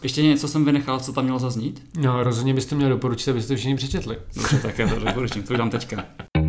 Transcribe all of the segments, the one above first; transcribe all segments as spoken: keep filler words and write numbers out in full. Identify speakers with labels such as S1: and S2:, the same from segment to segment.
S1: Ještě něco jsem vynechal, co tam mělo zaznít?
S2: No, rozhodně byste měl doporučit, abyste to všichni přečetli.
S1: Dobře, tak já to doporučím, to dám teďka.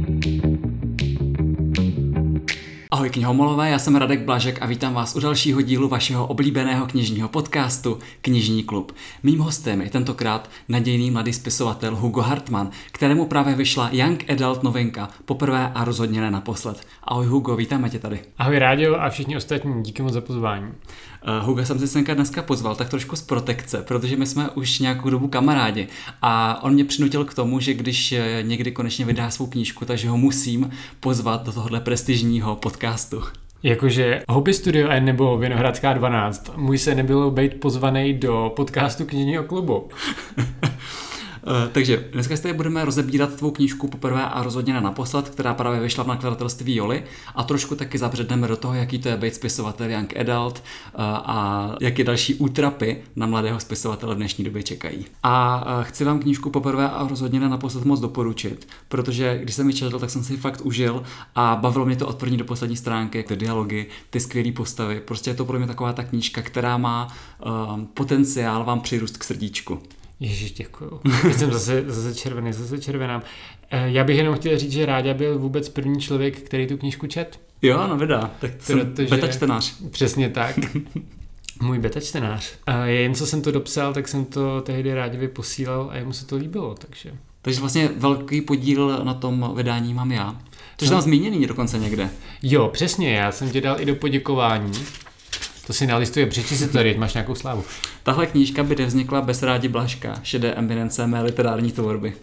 S1: Ahoj knihomolové, já jsem Radek Blažek a vítám vás u dalšího dílu vašeho oblíbeného knižního podcastu Knižní klub. Mým hostem je tentokrát nadějný mladý spisovatel Hugo Hartman, kterému právě vyšla Young Adult novinka, poprvé a rozhodně ne naposled. Ahoj Hugo, vítáme tě tady.
S2: Ahoj Rádio a všichni ostatní, díky moc za pozvání.
S1: Uh, Hugo jsem si senka dneska pozval tak trošku z protekce, protože my jsme už nějakou dobu kamarádi a on mě přinutil k tomu, že když někdy konečně vydá svou knížku, takže ho musím pozvat do tohohle prestižního podcastu.
S2: Jakože Hobby Studio N nebo Vinohradská dvanáct, můj se nebylo být pozvaný do podcastu Knižního klubu.
S1: Uh, takže dneska si tady budeme rozebírat tvou knížku poprvé a rozhodně ne naposled, která právě vyšla v nakladatelství Joli a trošku taky zabředneme do toho, jaký to je být spisovatel Young Adult uh, a jaké další útrapy na mladého spisovatele v dnešní době čekají. A uh, chci vám knížku poprvé a rozhodně ne naposled moc doporučit, protože když jsem ji četl, tak jsem si ji fakt užil a bavilo mě to od první do poslední stránky, ty dialogy, ty skvělé postavy. Prostě je to pro mě taková ta knížka, která má uh, potenciál vám přirůst k srdíčku.
S2: Ježiš, děkuju. Teď jsem zase, zase červený, zase červenám. Já bych jenom chtěl říct, že Ráďa byl vůbec první člověk, který tu knížku čet.
S1: Jo, no vydá. Tak jsem beta čtenář.
S2: Přesně tak. Můj beta čtenář. A jen co jsem to dopsal, tak jsem to tehdy Ráďovi posílal a jemu se to líbilo, takže...
S1: Takže vlastně velký podíl na tom vydání mám já. To je tam zmíněný dokonce někde.
S2: Jo, přesně, já jsem tě dal i do poděkování. To si nalistuje, přečti si to, teď máš nějakou slávu.
S1: Tahle knížka by nevznikla bez Rádi Blažka, šedé eminence mé literární tvorby.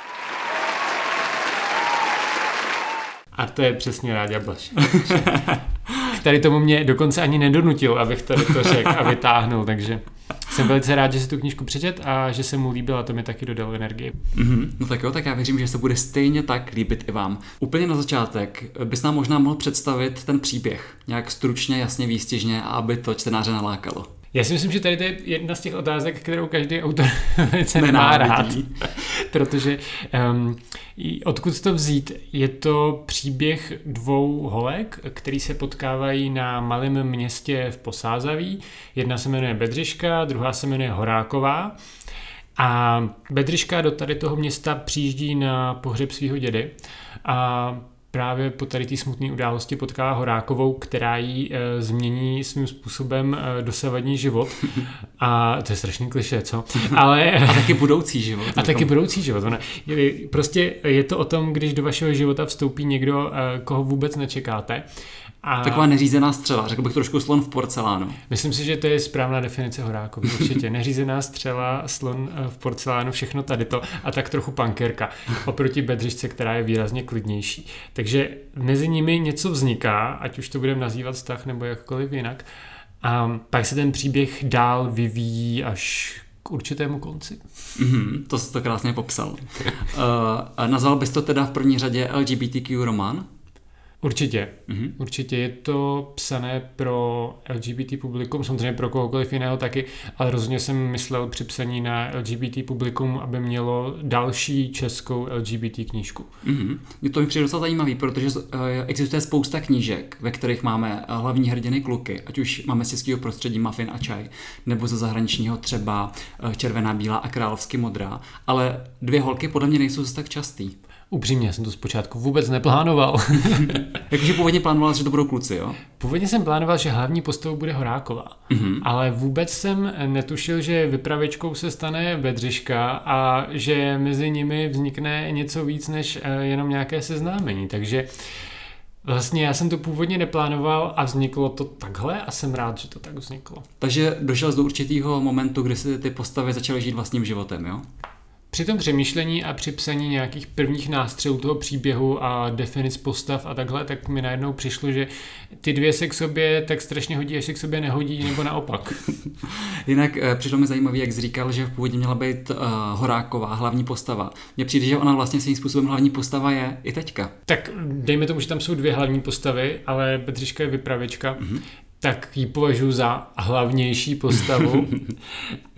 S2: A to je přesně Ráďa Blažek. Tady tomu mě dokonce ani nedonutil, abych tady to řekl a vytáhnul, takže jsem velice rád, že si tu knížku přečet a že se mu líbila a to mi taky dodalo energii.
S1: Mm-hmm. No tak jo, tak já věřím, že se bude stejně tak líbit i vám. Úplně na začátek bys nám možná mohl představit ten příběh, nějak stručně, jasně, výstižně, aby to čtenáře nalákalo.
S2: Já si myslím, že tady to je jedna z těch otázek, kterou každý autor velice nemá rád, protože um, odkud to vzít? Je to příběh dvou holek, který se potkávají na malém městě v Posázaví. Jedna se jmenuje Bedřiška, druhá se jmenuje Horáková. A Bedřiška do tady toho města přijíždí na pohřeb svého dědy a právě po tady té smutné události potkává Horákovou, která jí e, změní svým způsobem e, dosavadní život. A to je strašný klišé, co? Ale,
S1: a taky budoucí život.
S2: A taky budoucí život. Ona, prostě je to o tom, když do vašeho života vstoupí někdo, e, koho vůbec nečekáte. A
S1: taková neřízená střela, řekl bych trošku slon v porcelánu.
S2: Myslím si, že to je správná definice Horákovy, určitě. Neřízená střela, slon v porcelánu, všechno tady to a tak trochu pankerka oproti Bedřišce, která je výrazně klidnější. Takže mezi nimi něco vzniká, ať už to budeme nazývat vztah nebo jakkoliv jinak. A pak se ten příběh dál vyvíjí až k určitému konci.
S1: Mm-hmm, to jsi to krásně popsal. uh, nazval bys to teda v první řadě L G B T Q román?
S2: Určitě.
S1: Mm-hmm.
S2: Určitě je to psané pro L G B T publikum, samozřejmě pro kohokoliv jiného taky, ale rozhodně jsem myslel při psaní na L G B T publikum, aby mělo další českou L G B T knížku.
S1: Mm-hmm. To mi přijde docela zajímavý, protože uh, existuje spousta knížek, ve kterých máme hlavní hrdiny kluky, ať už máme z českého prostředí Muffin a čaj, nebo ze zahraničního třeba uh, Červená, bílá a královsky modrá, ale dvě holky podle mě nejsou zase tak častý.
S2: Upřímně, jsem to zpočátku vůbec neplánoval.
S1: Jakože původně plánoval, že to budou kluci, jo?
S2: Původně jsem plánoval, že hlavní postavou bude Horáková. Mm-hmm. Ale vůbec jsem netušil, že vypravěčkou se stane Bedřiška a že mezi nimi vznikne něco víc než jenom nějaké seznámení. Takže vlastně já jsem to původně neplánoval a vzniklo to takhle a jsem rád, že to tak vzniklo.
S1: Takže došel jsi do určitého momentu, kdy si ty postavy začaly žít vlastním životem, jo?
S2: Při tom přemýšlení a při psaní nějakých prvních nástřelů toho příběhu a definic postav a takhle, tak mi najednou přišlo, že ty dvě se k sobě tak strašně hodí, až se k sobě nehodí, nebo naopak.
S1: Jinak přišlo mi zajímavé, jak jsi říkal, že původně měla být uh, Horáková, hlavní postava. Mně přijde, že ona vlastně svým způsobem hlavní postava je i teďka.
S2: Tak dejme tomu, že tam jsou dvě hlavní postavy, ale Bedřiška je vypravěčka. Mm-hmm. Tak ji považuji za hlavnější postavu.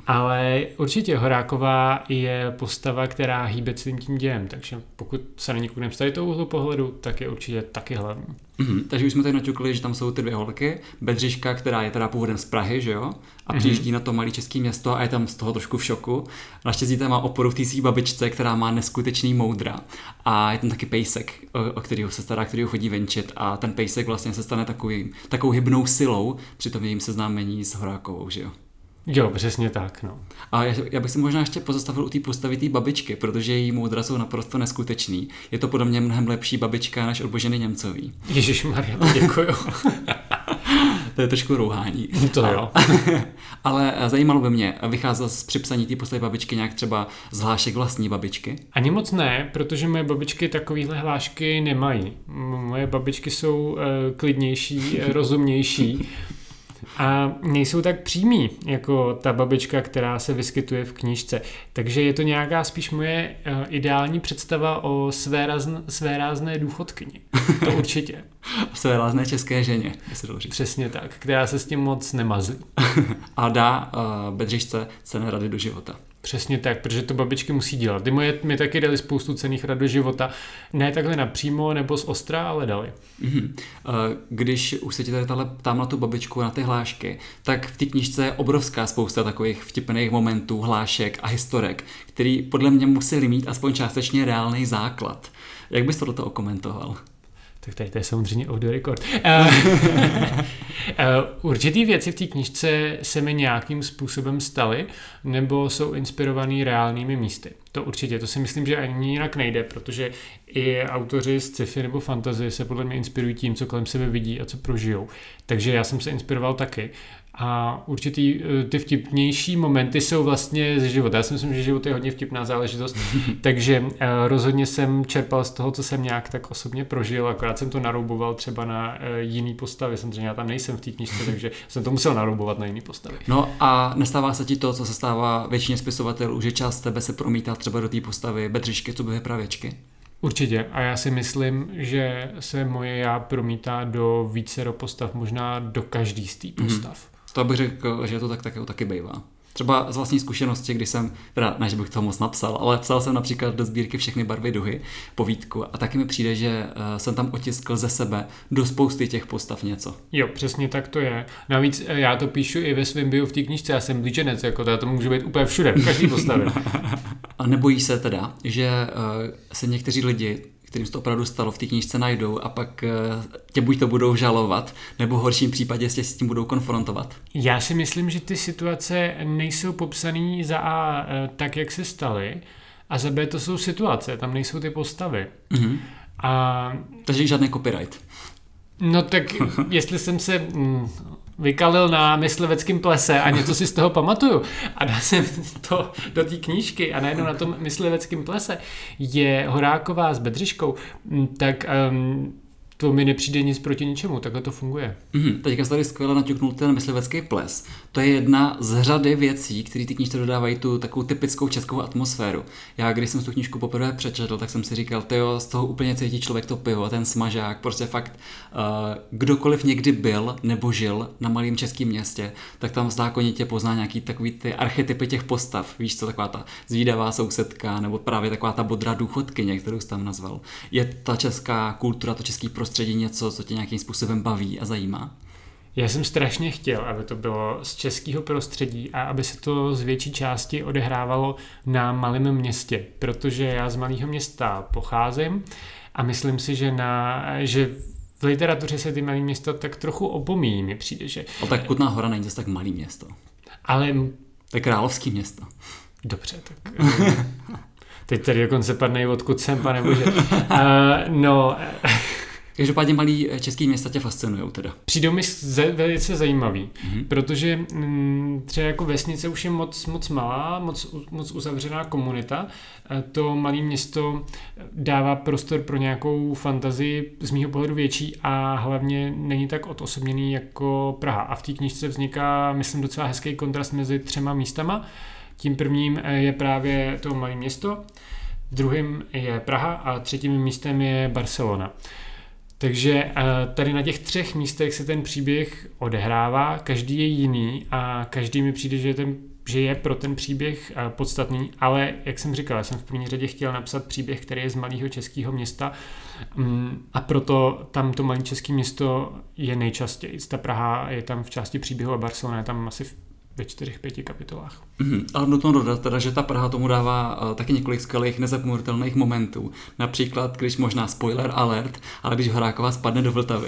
S2: Ale určitě Horáková je postava, která hýbe celým tím dějem, takže pokud se na ní koukneme z tady toho úhlu pohledu, tak je určitě taky hlavní.
S1: Mm-hmm, takže už jsme tady naťukli, že tam jsou ty dvě holky, Bedřiška, která je teda původem z Prahy, že jo, a mm-hmm. přijíždí na to malé české město a je tam z toho trošku v šoku. Naštěstí tam má oporu v té svý babičce, která má neskutečný moudra a je tam taky pejsek, o, o kterýho se stará, kterýho chodí venčit a ten pejsek vlastně se stane takový, takovou hybnou silou při tom jejím seznámení s Horákovou, že jo.
S2: Jo, přesně tak, no.
S1: A já, já bych si možná ještě pozastavil u té postavy té babičky, protože její moudra jsou naprosto neskutečný. Je to podle mě mnohem lepší babička než od Boženy Němcový.
S2: Ježišmarja, děkuju.
S1: To je trošku rouhání.
S2: To jo.
S1: Ale zajímalo by mě, vycházel z připsaní té postavy babičky nějak třeba z hlášek vlastní babičky?
S2: Ani moc ne, protože moje babičky takovýhle hlášky nemají. Moje babičky jsou uh, klidnější, rozumnější. A nejsou tak přímí, jako ta babička, která se vyskytuje v knížce. Takže je to nějaká spíš moje uh, ideální představa o své, razn, své rázné důchodkyni. To určitě.
S1: O své rázné české ženě, jestli to říct.
S2: Přesně tak, která se s tím moc nemazlí.
S1: A dá uh, Bedřišce cenné rady do života.
S2: Přesně tak, protože to babičky musí dělat. Ty moje mi taky dali spoustu cenných rad do života. Ne takhle napřímo nebo z ostra, ale dali.
S1: Mm-hmm. Když už se ti tady ptám na tu babičku, na ty hlášky, tak v té knížce je obrovská spousta takových vtipných momentů, hlášek a historek, který podle mě museli mít aspoň částečně reálný základ. Jak bys to do toho okomentoval?
S2: Tak tady to je samozřejmě off the record. Uh, uh, určitý věci v té knížce se mi nějakým způsobem staly, nebo jsou inspirovaný reálnými místy. To určitě, to si myslím, že ani jinak nejde, protože i autoři z sci-fi nebo fantasy se podle mě inspirují tím, co kolem sebe vidí a co prožijou. Takže já jsem se inspiroval taky. A určitý ty vtipnější momenty jsou vlastně ze života. Já si myslím, že život je hodně vtipná záležitost, takže uh, rozhodně jsem čerpal z toho, co jsem nějak tak osobně prožil, akorát jsem to narouboval třeba na uh, jiný postavy. Samozřejmě já tam nejsem v té knížce, takže jsem to musel naroubovat na jiný postavy.
S1: No a nestává se ti to, co se stává většině spisovatelů, že část tebe se promítá třeba do té postavy Bedřišky, co by vypravěčky?
S2: Určitě. A já si myslím, že se moje já promítá do vícero postav, možná do každý z té postav. Mm-hmm. To
S1: bych řekl, že to tak taky, taky bývá. Třeba z vlastní zkušenosti, když jsem, teda ne, že bych toho moc napsal, ale psal jsem například do sbírky Všechny barvy duhy, povídku, a taky mi přijde, že uh, jsem tam otiskl ze sebe do spousty těch postav něco.
S2: Jo, přesně tak to je. Navíc já to píšu i ve svém bio v té knížce, já jsem blíženec, jako to, to může být úplně všude, v každý postavě.
S1: A nebojí se teda, že uh, se někteří lidi, kterým se to opravdu stalo, v té knížce najdou a pak tě buď to budou žalovat, nebo v horším případě tě s tím budou konfrontovat?
S2: Já si myslím, že ty situace nejsou popsané za A tak, jak se staly, a za B to jsou situace, tam nejsou ty postavy. Mm-hmm. A...
S1: Takže žádný copyright.
S2: No tak jestli jsem se... Mm, vykalil na mysliveckém plese a něco si z toho pamatuju a dal jsem to do té knížky a najednou na tom mysliveckém plese je Horáková s Bedřiškou, tak um, to mi nepřijde nic proti ničemu, takhle to funguje.
S1: Mm, teďka jsi tady skvěle naťuknul ten myslivecký ples. To je jedna z řady věcí, které ty knížce dodávají tu takovou typickou českou atmosféru. Já, když jsem tu knížku poprvé přečetl, tak jsem si říkal, tyjo, z toho úplně cítí člověk to pivo, ten smažák, prostě fakt uh, kdokoliv někdy byl nebo žil na malém českém městě, tak tam zákonitě pozná nějaký takový ty archetypy těch postav. Víš co, taková ta zvídavá sousedka nebo právě taková ta bodrá důchodkyně, kterou jsi tam nazval. Je ta česká kultura, to český prostředí něco, co tě nějakým způsobem baví a zajímá?
S2: Já jsem strašně chtěl, aby to bylo z českého prostředí a aby se to z větší části odehrávalo na malém městě, protože já z malého města pocházím a myslím si, že, na, že v literatuře se ty malé města tak trochu opomíjí, mi přijde, že...
S1: Ale tak Kutná Hora není zase tak malý město.
S2: Ale...
S1: To je královský město.
S2: Dobře, tak... Teď tady dokonce padnej, odkud jsem, pane bože. Uh, no...
S1: Každopádně malý český města tě fascinujou teda.
S2: Přijdou mi velice zajímavý, mm-hmm. protože m, třeba jako vesnice už je moc, moc malá, moc, moc uzavřená komunita. To malé město dává prostor pro nějakou fantazii z mýho pohledu větší a hlavně není tak odosobněný jako Praha. A v té knížce vzniká, myslím, docela hezký kontrast mezi třema místama. Tím prvním je právě to malé město, druhým je Praha a třetím místem je Barcelona. Takže tady na těch třech místech se ten příběh odehrává, každý je jiný a každý mi přijde, že je ten že je pro ten příběh podstatný, ale jak jsem říkal, já jsem v první řadě chtěl napsat příběh, který je z malého českého města a proto tam to malé české město je nejčastěji. Ta Praha je tam v části příběhu a Barcelona je tam asi v ve čtyřech, pěti kapitolách.
S1: Mm-hmm. Ale nutno dodat teda, že ta Praha tomu dává uh, taky několik skvělých nezapomenutelných momentů. Například, když možná spoiler alert, ale když Horáková spadne do Vltavy.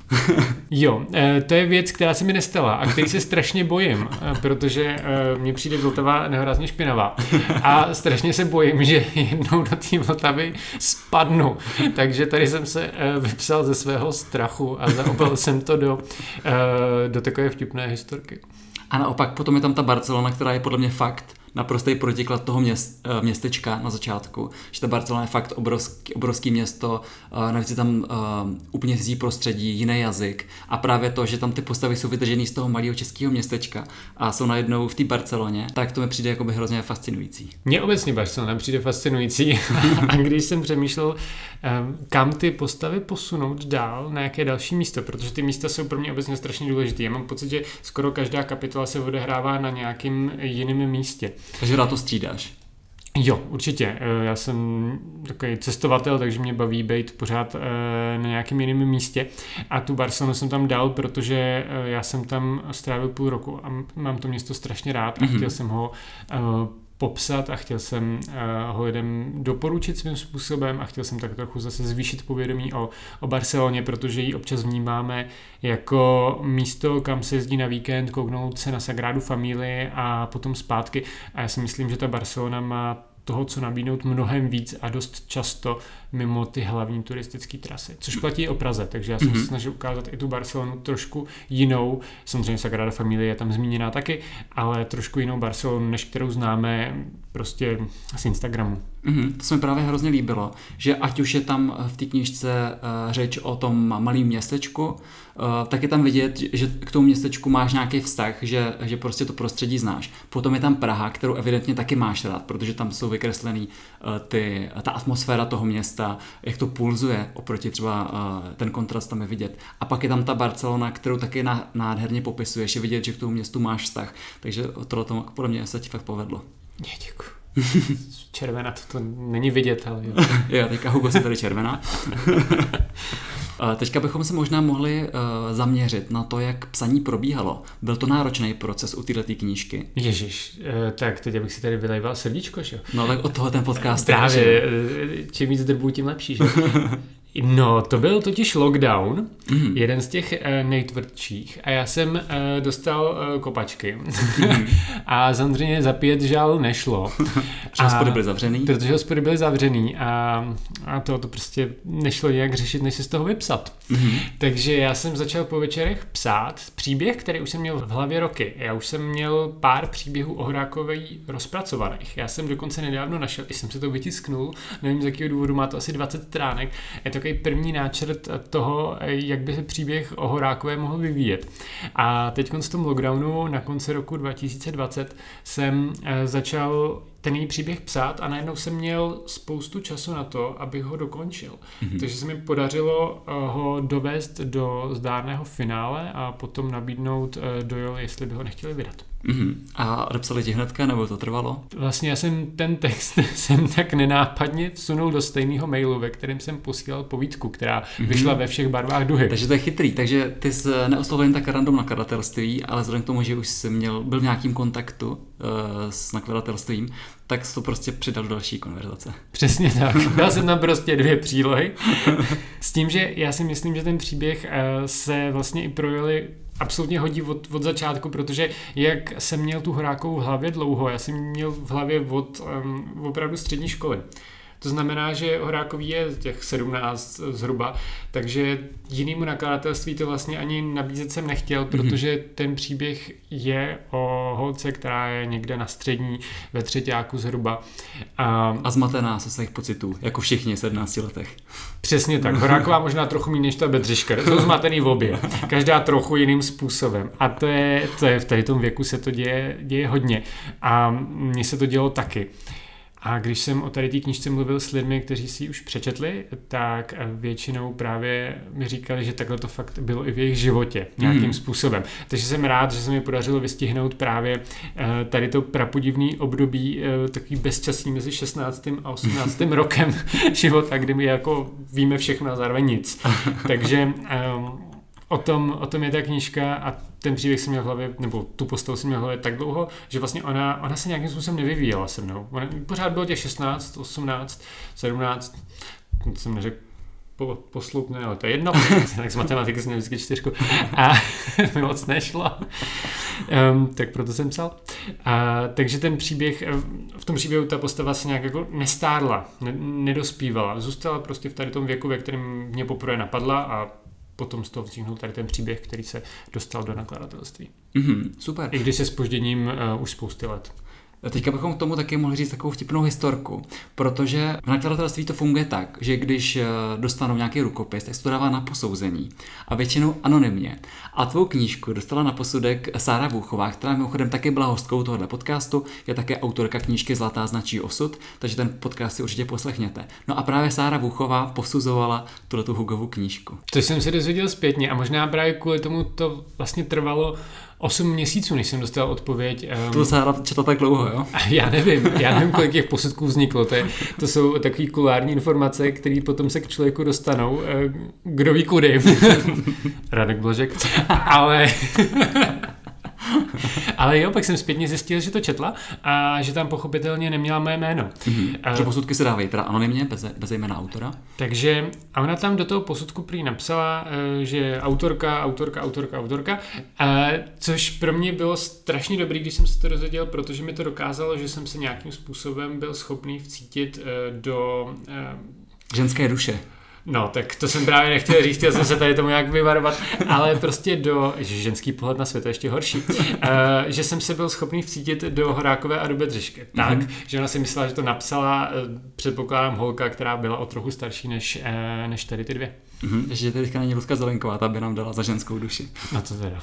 S2: Jo, e, to je věc, která se mi nestala a který se strašně bojím, e, protože e, mně přijde Vltava nehorázně špinavá a strašně se bojím, že jednou do té Vltavy spadnu. Takže tady jsem se e, vypsal ze svého strachu a zaobal jsem to do, e, do takové vtipné historky.
S1: A naopak potom je tam ta Barcelona, která je podle mě fakt naprostý protiklad toho měst, městečka na začátku. Že ta Barcelona je fakt obrovský, obrovský město, navíc je tam uh, úplně cizí prostředí, jiný jazyk a právě to, že tam ty postavy jsou vytržený z toho malého českého městečka a jsou najednou v té Barceloně, tak to mi přijde jakoby hrozně fascinující.
S2: Mně obecně Barcelona přijde fascinující a když jsem přemýšlel, kam ty postavy posunout dál, na jaké další místo, protože ty místa jsou pro mě obecně strašně důležité. Já mám pocit, že skoro každá kapitola se odehrává na nějakém jiném místě.
S1: Takže rád to střídáš.
S2: Jo, určitě. Já jsem takový cestovatel, takže mě baví být pořád na nějakém jiném místě a tu Barcelonu jsem tam dal, protože já jsem tam strávil půl roku a mám to město strašně rád a mm-hmm. chtěl jsem ho popsat a chtěl jsem uh, ho lidem doporučit svým způsobem a chtěl jsem tak trochu zase zvýšit povědomí o, o Barceloně, protože ji občas vnímáme jako místo, kam se jezdí na víkend, kouknout se na Sagradu Familii a potom zpátky. A já si myslím, že ta Barcelona má toho, co nabídnout mnohem víc a dost často mimo ty hlavní turistické trasy. Což platí o Praze, takže já jsem mm-hmm. se snažil ukázat i tu Barcelonu trošku jinou. Samozřejmě Sagrada Familia je tam zmíněná taky, ale trošku jinou Barcelonu, než kterou známe prostě z Instagramu.
S1: Mm-hmm. To se mi právě hrozně líbilo, že ať už je tam v té knížce uh, řeč o tom malém městečku, uh, tak je tam vidět, že k tomu městečku máš nějaký vztah, že, že prostě to prostředí znáš. Potom je tam Praha, kterou evidentně taky máš rád, protože tam jsou vykreslený uh, ty, ta atmosféra toho města, jak to pulzuje oproti třeba uh, ten kontrast tam je vidět. A pak je tam ta Barcelona, kterou taky ná, nádherně popisuješ, je vidět, že k tomu městu máš vztah. Takže tohle tomu podle mě se ti fakt povedlo.
S2: Je, děkuji. Červená, to, to není vidět, ale jo.
S1: Jo, teďka Hugo si tady červená. Teďka bychom se možná mohli uh, zaměřit na to, jak psaní probíhalo. Byl to náročný proces u této knížky?
S2: Ježiš, uh, tak teď abych si tady vylejval srdíčko, že?
S1: No tak od toho ten podcast.
S2: Právě, čím víc drbů, tím lepší, že? No, to byl totiž lockdown, mm. jeden z těch uh, nejtvrdších a já jsem uh, dostal uh, kopačky mm. a samozřejmě za pět žal nešlo.
S1: Protože hospody byly zavřený?
S2: Protože hospody byly zavřený a, a to, to prostě nešlo nějak řešit, než se z toho vypsat. Mm. Takže já jsem začal po večerech psát příběh, který už jsem měl v hlavě roky. Já už jsem měl pár příběhů o Horákové rozpracovaných. Já jsem dokonce nedávno našel, i jsem se to vytisknul, nevím z jakého důvodu, má to asi dvacet stránek. Je to první náčrt toho, jak by se příběh o Horákové mohl vyvíjet. A teď v tom lockdownu na konci roku dva tisíce dvacet jsem začal ten její příběh psát a najednou jsem měl spoustu času na to, abych ho dokončil. Mm-hmm. Takže se mi podařilo ho dovést do zdárného finále a potom nabídnout do Joly, jestli by ho nechtěli vydat.
S1: Mm-hmm. A napsali ti hnedka, nebo to trvalo?
S2: Vlastně já jsem ten text jsem tak nenápadně vsunul do stejného mailu, ve kterém jsem posílal povídku, která mm-hmm. vyšla ve všech barvách duhy.
S1: Takže to je chytrý. Takže ty jsi neoslovil jen tak random nakladatelství, ale vzhledem k tomu, že už jsi měl, byl v nějakým kontaktu uh, s nakladatelstvím, tak jsi to prostě přidal do další konverzace.
S2: Přesně tak. Dal jsem tam prostě dvě přílohy. S tím, že já si myslím, že ten příběh uh, se vlastně i pro Joli absolutně hodí od, od začátku, protože jak jsem měl tu Horákovou v hlavě dlouho, já jsem měl v hlavě od um, opravdu střední školy. To znamená, že Horákový je těch sedmnáct zhruba, takže jinému nakladatelství to vlastně ani nabízet jsem nechtěl, protože mm-hmm. ten příběh je o holce, která je někde na střední, ve třeťáku zhruba. A,
S1: a zmatená se svých pocitů, jako všichni v sedmnácti letech.
S2: Přesně tak. Horáková možná trochu méně než ta Bedřiška. Jsou zmatený v obě. Každá trochu jiným způsobem. A to je, to je v tady tom věku se to děje, děje hodně. A mně se to dělo taky. A když jsem o tady té knížce mluvil s lidmi, kteří si ji už přečetli, tak většinou právě mi říkali, že takhle to fakt bylo i v jejich životě nějakým mm. způsobem. Takže jsem rád, že se mi podařilo vystihnout právě tady to prapodivný období, takový bezčasí mezi šestnáctým a osmnáctým rokem života, kdy my jako víme všechno a zároveň nic. Takže um, o tom, o tom je ta knížka a ten příběh jsem měl v hlavě, nebo tu postavu jsem měl v hlavě tak dlouho, že vlastně ona, ona se nějakým způsobem nevyvíjela se mnou. Ona, pořád bylo těch šestnáct, osmnáct, sedmnáct, jsem neřekl po, posloupne, ale to je jedno, tak z matematiky jsem měl vždycky čtyřku a mi moc nešlo, um, tak proto jsem psal. A, takže ten příběh, v tom příběhu ta postava se nějak jako nestárla, ne, nedospívala, zůstala prostě v tady tom věku, ve kterém mě poprvé napadla a potom z toho vzniknul tady ten příběh, který se dostal do nakladatelství.
S1: Mm-hmm, super.
S2: I když se zpožděním uh, už spousty let.
S1: Teďka bychom k tomu taky mohli říct takovou vtipnou historku, protože v nakladatelství to funguje tak, že když dostanou nějaký rukopis, tak se to dává na posouzení a většinou anonymně. A tvou knížku dostala na posudek Sára Vůchová, která mimochodem taky byla hostkou tohoto podcastu, je také autorka knížky Zlatá značí osud, takže ten podcast si určitě poslechněte. No a právě Sára Vůchová posuzovala tuhletu Hugovu knížku.
S2: To jsem se dozvěděl zpětně a možná právě kvůli tomu to vlastně trvalo osm měsíců, než jsem dostal odpověď. Um,
S1: to Sára četla tak dlouho, jo?
S2: Já nevím, já nevím, kolik těch posudků vzniklo. To, je, to jsou takové kulární informace, které potom se k člověku dostanou. Kdo ví kudy. Radek Blažek. Ale... Ale jo, pak jsem zpětně zjistil, že to četla a že tam pochopitelně neměla moje jméno.
S1: Mm-hmm. Že posudky se dávají teda anonymně, bez, bez jména autora.
S2: Takže a ona tam do toho posudku prý napsala, že autorka, autorka, autorka, autorka, což pro mě bylo strašně dobrý, když jsem se to dozvěděl, protože mi to dokázalo, že jsem se nějakým způsobem byl schopný vcítit do...
S1: ženské duše.
S2: No, tak to jsem právě nechtěl říct, chtěl jsem se tady tomu nějak vyvarovat, ale prostě do, že ženský pohled na svět je ještě horší, uh, že jsem se byl schopný vcítit do Horákové a do Bedřišky. Tak, mm-hmm. že ona si myslela, že to napsala, uh, předpokládám, holka, která byla o trochu starší než, uh, než tady ty dvě.
S1: Mm-hmm. Takže teďka není Lucka Zelenková, ta by nám dala za ženskou duši.
S2: No to teda.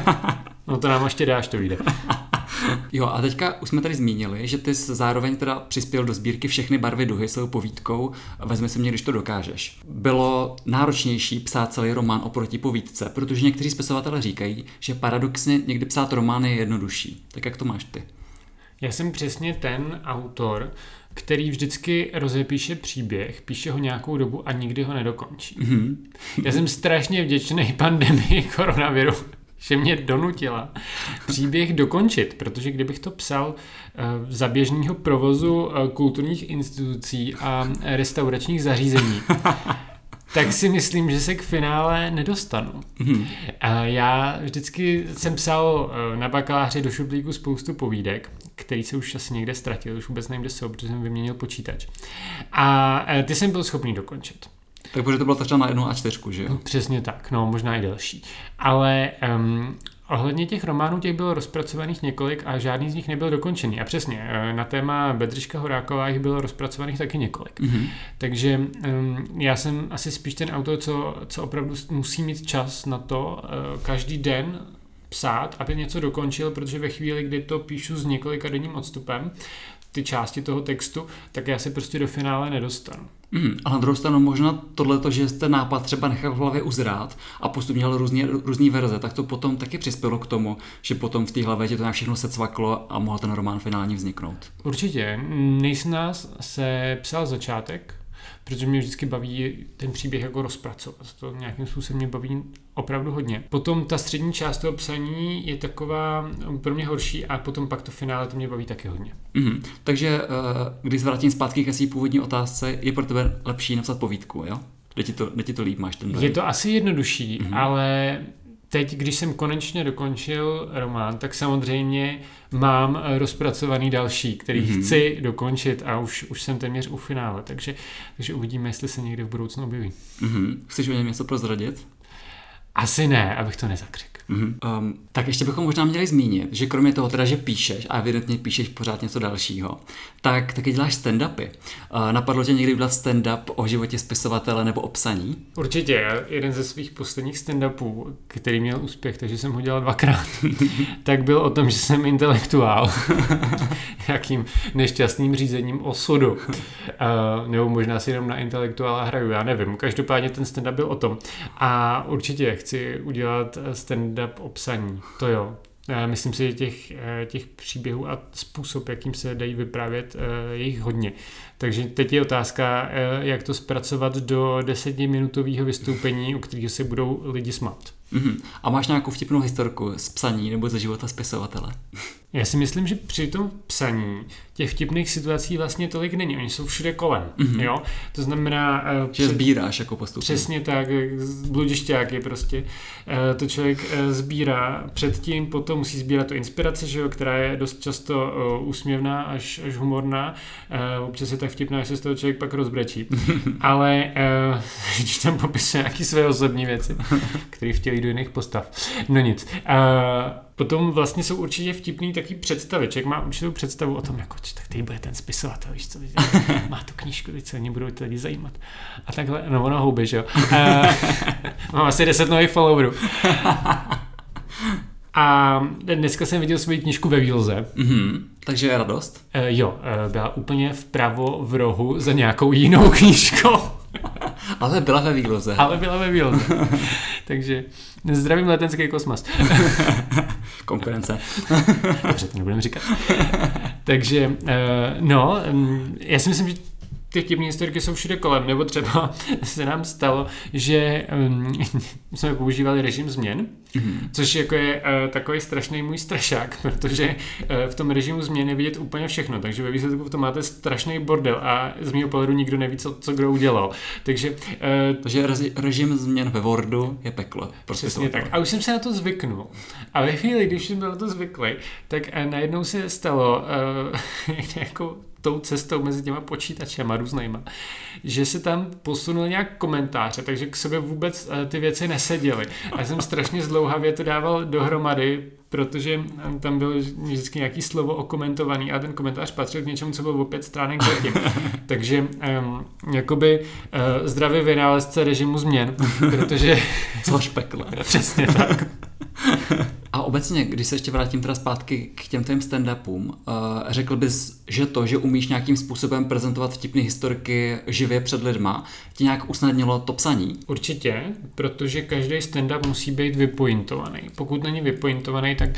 S2: No to nám ještě dáš, to vyjde.
S1: Jo, a teďka už jsme tady zmínili, že ty jsi zároveň teda přispěl do sbírky Všechny barvy duhy svou povídkou Vezmi se mě, když to dokážeš. Bylo náročnější psát celý román oproti povídce, protože někteří spisovatelé říkají, že paradoxně někdy psát román je jednodušší. Tak jak to máš ty?
S2: Já jsem přesně ten autor, který vždycky rozepíše příběh, píše ho nějakou dobu a nikdy ho nedokončí. Mm-hmm. Já jsem strašně vděčný pandemii koronaviru, že mě donutila příběh dokončit, protože kdybych to psal uh, za běžného provozu uh, kulturních institucí a restauračních zařízení, tak si myslím, že se k finále nedostanu. Mm-hmm. A já vždycky jsem psal uh, na bakaláři do šuplíku spoustu povídek, který se už asi někde ztratil, už vůbec nevím, kde jsou, protože jsem vyměnil počítač. A uh, ty jsem byl schopný dokončit.
S1: Tak protože to bylo třeba na jednu A čtyřku, že jo?
S2: Přesně tak, no možná i delší. Ale um, ohledně těch románů těch bylo rozpracovaných několik a žádný z nich nebyl dokončený. A přesně, na téma Bedřiška Horáková jich bylo rozpracovaných taky několik. Mm-hmm. Takže um, já jsem asi spíš ten autor, co, co opravdu musí mít čas na to uh, každý den psát, aby něco dokončil, protože ve chvíli, kdy to píšu s několika denním odstupem, ty části toho textu, tak já se prostě do finále nedostanu.
S1: Mm, a na druhou stranu možná tohleto, že jste nápad třeba nechal v hlavě uzrát a postupně měl různý, různý verze, tak to potom taky přispělo k tomu, že potom v té hlavě tě to nějak všechno secvaklo a mohl ten román finálně vzniknout.
S2: Určitě. Nejsnáz se psal začátek, protože mě vždycky baví ten příběh jako rozpracovat. To nějakým způsobem mě baví opravdu hodně. Potom ta střední část toho psaní je taková pro mě horší a potom pak to finále to mě baví taky hodně.
S1: Mm-hmm. Takže když vrátím zpátky ke své původní otázce, je pro tebe lepší napsat povídku, jo? Jde ti to, jde ti to líp, máš ten dojem?
S2: Je to asi jednodušší, mm-hmm. ale teď, když jsem konečně dokončil román, tak samozřejmě mám rozpracovaný další, který mm-hmm. chci dokončit a už, už jsem téměř u finále, takže, takže uvidíme, jestli se někdy v budoucnu objeví.
S1: Mm-hmm. Chceš o něm něco prozradit?
S2: Asi ne, abych to nezakřikl.
S1: Mm-hmm. Um, tak ještě bychom možná měli zmínit, že kromě toho teda, že píšeš a evidentně píšeš pořád něco dalšího, tak taky děláš stand-upy. Uh, napadlo tě někdy udělat stand-up o životě spisovatele nebo o psaní?
S2: Určitě. Jeden ze svých posledních stand-upů, který měl úspěch, takže jsem ho dělal dvakrát, tak byl o tom, že jsem intelektuál. Jak nějakým nešťastným řízením osudu. Uh, nebo možná si jenom na intelektuála hraju, já nevím. Každopádně ten stand-up byl o tom. A určitě chci udělat stand-up o psaní. To jo. Myslím si, že těch, těch příběhů a způsob, jakým se dají vyprávět, je jich hodně. Takže teď je otázka, jak to zpracovat do desetiminutového vystoupení, u kterého se budou lidi smát.
S1: Mm-hmm. A máš nějakou vtipnou historku z psaní nebo ze života spisovatele?
S2: Já si myslím, že při tom psaní těch vtipných situací vlastně tolik není. Oni jsou všude kolem. Mm-hmm. Jo? To znamená...
S1: Že před... sbíráš jako postupně.
S2: Přesně tak. Bludišťáky prostě. To člověk sbírá. Předtím potom musí sbírat tu inspiraci, že jo? Která je dost často úsměvná až, až humorná. Občas je tak vtipná, že se z toho člověk pak rozbrečí. Ale když tam popisuje nějaké své osobní věci, které vtělí do jiných postav. No nic. Potom vlastně jsou určitě vtipný taky představy. Člověk má určitou představu o tom, jako, tak tady bude ten spisovatel, víš co, má tu knížku, teď se oni budou ty lidi zajímat. A takhle, no ono houby, že jo. Uh, mám asi deset nových followerů. A dneska jsem viděl svoji knížku ve výloze.
S1: Mm-hmm. Takže je radost?
S2: Uh, jo, uh, byla úplně vpravo v rohu za nějakou jinou knížkou.
S1: Ale byla ve výloze.
S2: Ale byla ve výloze. Takže zdravím letenský kosmos.
S1: Konkurence.
S2: Dobře, to nebudeme říkat. Takže, no, já si myslím, že ty vtipné historky jsou všude kolem, nebo třeba se nám stalo, že um, jsme používali režim změn, mm-hmm. což jako je uh, takový strašný můj strašák, protože uh, v tom režimu změn je vidět úplně všechno, takže ve výsledku v tom máte strašný bordel a z mého pohledu nikdo neví, co, co kdo udělal. Takže, uh,
S1: takže režim změn ve Wordu je peklo.
S2: Přesně tak. A už jsem se na to zvyknul. A ve chvíli, když jsem byl na to zvyklý, tak uh, najednou se stalo uh, nějakou tou cestou mezi těma počítačema různýma, že se tam posunul nějak komentáře, takže k sobě vůbec ty věci neseděly. A já jsem strašně zdlouhavě to dával dohromady, protože tam bylo vždycky nějaký slovo okomentovaný a ten komentář patřil k něčemu, co bylo o pět stránek zatím. Takže um, jakoby uh, zdravý vynálezce režimu změn, protože...
S1: Což pekle.
S2: Přesně tak.
S1: A obecně, když se ještě vrátím teda zpátky k těm tvým stand-upům, uh, řekl bys, že to, že umíš nějakým způsobem prezentovat vtipné historky živě před lidma, ti nějak usnadnilo to psaní?
S2: Určitě, protože každý stand-up musí být vypointovaný. Pokud není vypointovaný, tak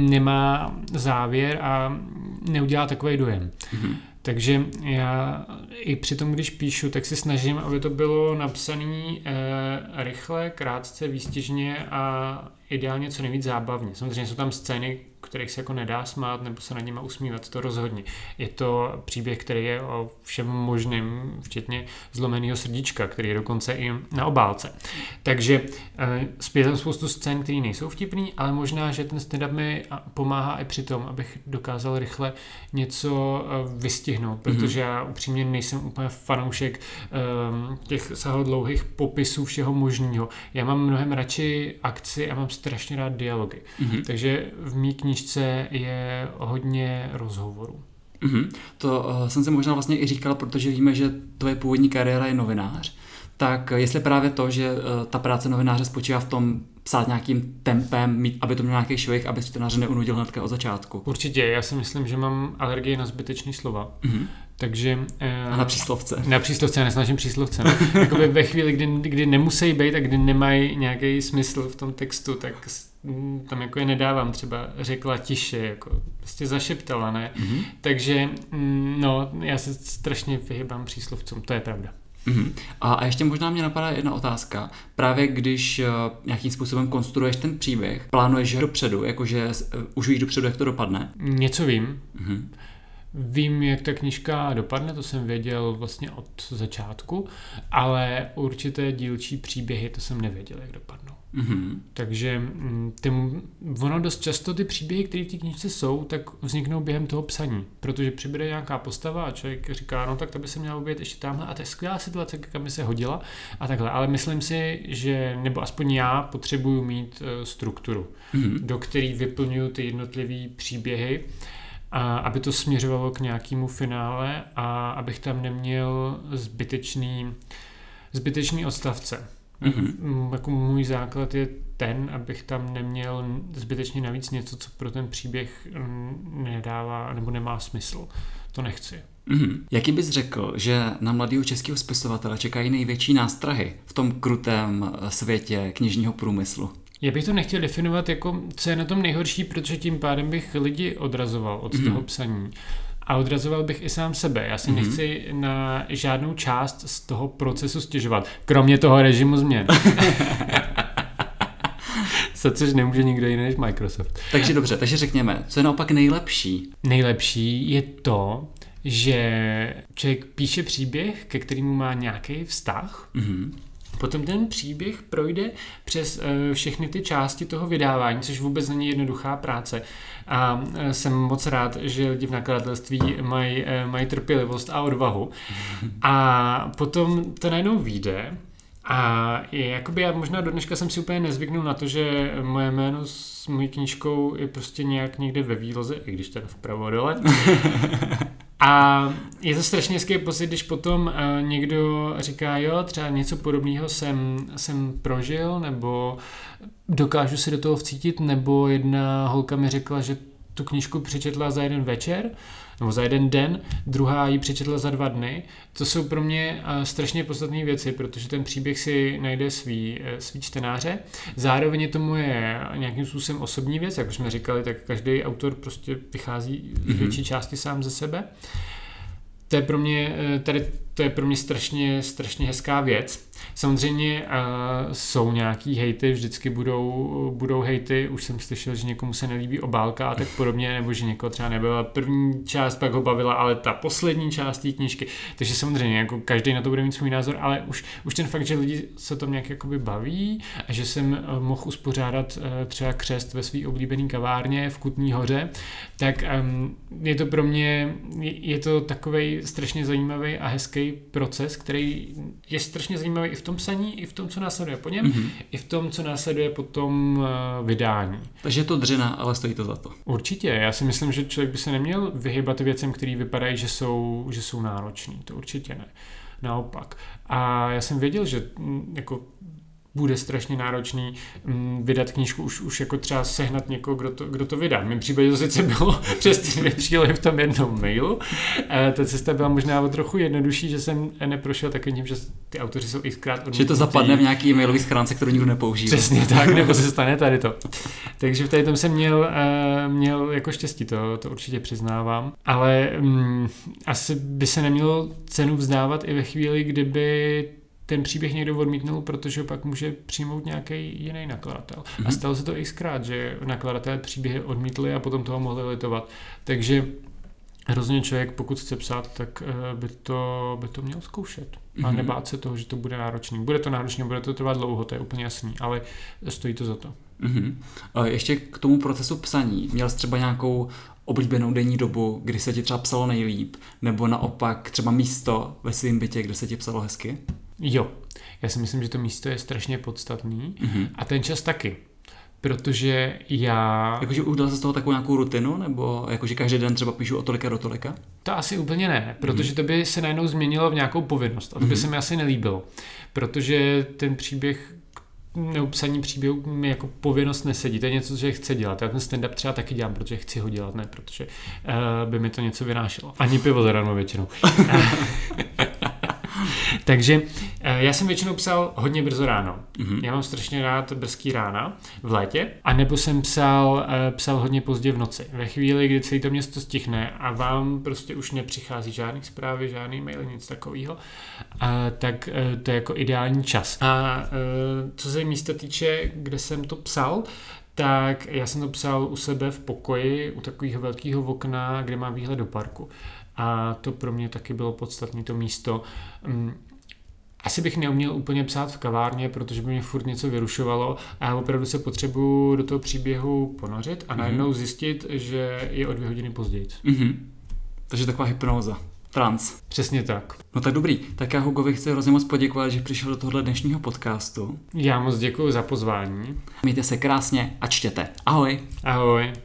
S2: nemá závěr a neudělá takový dojem. Mm-hmm. Takže já i při tom, když píšu, tak si snažím, aby to bylo napsané e, rychle, krátce, výstižně a ideálně co nejvíc zábavně. Samozřejmě jsou tam scény, kterých se jako nedá smát nebo se nad nimi usmívat, to rozhodně. Je to příběh, který je o všem možným, včetně zlomeného srdíčka, který je dokonce i na obálce. Takže e, je tam spoustu scén, které nejsou vtipný, ale možná, že ten stand-up mi pomáhá i při tom, abych dokázal rychle něco vystihnout, protože já upřímně nejsem úplně fanoušek um, těch sahodlouhých popisů všeho možného. Já mám mnohem radši akci a mám strašně rád dialogy. Mm-hmm. Takže v mý knížce je hodně rozhovorů.
S1: Mm-hmm. To uh, jsem si možná vlastně i říkal, protože víme, že tvoje původní kariéra je novinář. Tak jestli právě to, že uh, ta práce novináře spočívá v tom psát nějakým tempem, mít, aby to měl nějaký švih, aby čtenáře neunudil hnedka od začátku.
S2: Určitě, já si myslím, že mám alergii na zbytečný slova. Mm-hmm. Takže... Uh,
S1: a na příslovce.
S2: Na příslovce, já nesnažím příslovce. No. Jakoby ve chvíli, kdy, kdy nemusí být a kdy nemají nějaký smysl v tom textu, tak tam jako je nedávám, třeba řekla tiše, jako prostě zašeptala, ne? Mm-hmm. Takže no, já se strašně vyhybám příslovcům, to je pravda.
S1: Mm-hmm. A, a ještě možná mě napadá jedna otázka. Právě když uh, nějakým způsobem konstruuješ ten příběh, plánuješ dopředu, jakože uh, už víš dopředu, jak to dopadne?
S2: Něco vím. Mm-hmm. Vím, jak ta knížka dopadne, to jsem věděl vlastně od začátku, ale určité dílčí příběhy, to jsem nevěděl, jak dopadnou. Mm-hmm. Takže ty, ono dost často ty příběhy, které v té knížce jsou, tak vzniknou během toho psaní, protože přibude nějaká postava a člověk říká, no tak to by se měla obět ještě tamhle a to je skvělá situace, kam by se hodila a takhle, ale myslím si, že, nebo aspoň já potřebuju mít uh, strukturu, mm-hmm. do který vyplňuju ty jednotlivé příběhy, a aby to směřovalo k nějakému finále a abych tam neměl zbytečný, zbytečný odstavce. Mm-hmm. Jako můj základ je ten, abych tam neměl zbytečně navíc něco, co pro ten příběh nedává nebo nemá smysl. To nechci.
S1: Mm-hmm. Jaký bys řekl, že na mladého českého spisovatele čekají největší nástrahy v tom krutém světě knižního průmyslu?
S2: Já bych to nechtěl definovat jako, co je na tom nejhorší, protože tím pádem bych lidi odrazoval od mm-hmm. toho psaní. A odrazoval bych i sám sebe. Já si mm-hmm. nechci na žádnou část z toho procesu stěžovat. Kromě toho režimu změn. Za což nemůže nikdo jiný než Microsoft.
S1: Takže dobře, takže řekněme, co je naopak nejlepší?
S2: Nejlepší je to, že člověk píše příběh, ke kterému má nějaký vztah. Mm-hmm. Potom ten příběh projde přes uh, všechny ty části toho vydávání, což vůbec není jednoduchá práce. A uh, jsem moc rád, že lidi v nakladatelství mají uh, maj trpělivost a odvahu. A potom to najednou vyjde. A je, jakoby já možná do dneška jsem si úplně nezvyknul na to, že moje jméno s mojí knížkou je prostě nějak někde ve výloze, i když teda vpravo dole. A je to strašně hezký pocit, když potom uh, někdo říká, jo, třeba něco podobného jsem, jsem prožil, nebo dokážu si do toho vcítit, nebo jedna holka mi řekla, že tu knížku přečetla za jeden večer, nebo za jeden den, druhá ji přečetla za dva dny. To jsou pro mě uh, strašně podstatné věci, protože ten příběh si najde svý, uh, svý čtenáře. Zároveň je to moje nějakým způsobem osobní věc, jak už jsme říkali, tak každý autor prostě vychází z větší části sám ze sebe. To je pro mě, tady to je pro mě strašně, strašně hezká věc. Samozřejmě uh, jsou nějaký hejty, vždycky budou, budou hejty, už jsem slyšel, že někomu se nelíbí obálka a tak podobně, nebo že někoho třeba nebyla první část, pak ho bavila, ale ta poslední část té knížky. Takže samozřejmě, jako každý na to bude mít svůj názor, ale už, už ten fakt, že lidi se tom nějak jakoby baví a že jsem uh, mohl uspořádat uh, třeba křest ve své oblíbené kavárně v Kutný Hoře, tak um, je to pro mě, je, je to takovej strašně zajímavý a hezký proces, který je strašně zajímavý i v tom psaní, i v tom, co následuje po něm, mm-hmm. i v tom, co následuje po tom uh, vydání.
S1: Takže je to dřina, ale stojí to za to.
S2: Určitě. Já si myslím, že člověk by se neměl vyhybat věcem, které vypadají, že jsou, že jsou náročný. To určitě ne. Naopak. A já jsem věděl, že m, jako bude strašně náročný m, vydat knížku, už, už jako třeba sehnat někoho, kdo to, kdo to vydá. V mém případě to sice bylo přes ty dvě přílohy v tom jednom mailu. E, ta cesta byla možná o trochu jednodušší, že jsem neprošel takovým tím, že ty autoři jsou xkrát odmítnutí.
S1: Že to zapadne v nějaký mailový schránce, kterou nikdo nepoužívá.
S2: Přesně tak, nebo se stane tady to. Takže v tady tom jsem měl, e, měl jako štěstí, to, to určitě přiznávám. Ale m, asi by se nemělo cenu vzdávat i ve chvíli, kdyby ten příběh někdo odmítnul, protože pak může přijmout nějaký jiný nakladatel. Mm-hmm. A stalo se to xkrát, že nakladatelé příběhy odmítli a potom toho mohli litovat. Takže hrozně člověk, pokud chce psát, tak by to, by to měl zkoušet. A mm-hmm. nebát se toho, že to bude náročný. Bude to náročný, bude to trvat dlouho, to je úplně jasný, ale stojí to za to.
S1: Mm-hmm. A ještě k tomu procesu psaní. Měl jsi třeba nějakou oblíbenou denní dobu, kdy se ti třeba psalo nejlíp, nebo naopak třeba místo ve svém bytě, kde se ti psalo hezky?
S2: Jo, já si myslím, že to místo je strašně podstatný mm-hmm. a ten čas taky, protože já...
S1: Jakože udělal jsi z toho takovou nějakou rutinu, nebo jakože každý den třeba píšu od tolika do tolika?
S2: To asi úplně ne, protože mm-hmm. to by se najednou změnilo v nějakou povinnost a to by mm-hmm. se mi asi nelíbilo, protože ten příběh nebo psaní příběhu mi jako povinnost nesedí. To je něco, co chci dělat. Já ten stand-up třeba taky dělám, protože chci ho dělat, ne protože uh, by mi to něco vynášelo. Ani pivo zadarmo většinou. Takže já jsem většinou psal hodně brzo ráno. Mm-hmm. Já mám strašně rád brzký rána v létě. A nebo jsem psal, psal hodně pozdě v noci. Ve chvíli, kdy celé to město stichne a vám prostě už nepřichází žádný zprávy, žádný mail, nic takového, tak to je jako ideální čas. A co se místa týče, kde jsem to psal, tak já jsem to psal u sebe v pokoji, u takového velkého okna, kde mám výhled do parku. A to pro mě taky bylo podstatné to místo. Asi bych neuměl úplně psát v kavárně, protože by mě furt něco vyrušovalo a já opravdu se potřebuju do toho příběhu ponořit a najednou zjistit, že je o dvě hodiny později.
S1: Mm-hmm. Takže taková hypnóza. Trans.
S2: Přesně tak.
S1: No tak dobrý, tak já Hugovi chci hrozně moc poděkovat, že přišel do tohohle dnešního podcastu.
S2: Já moc děkuji za pozvání.
S1: Mějte se krásně a čtěte. Ahoj.
S2: Ahoj.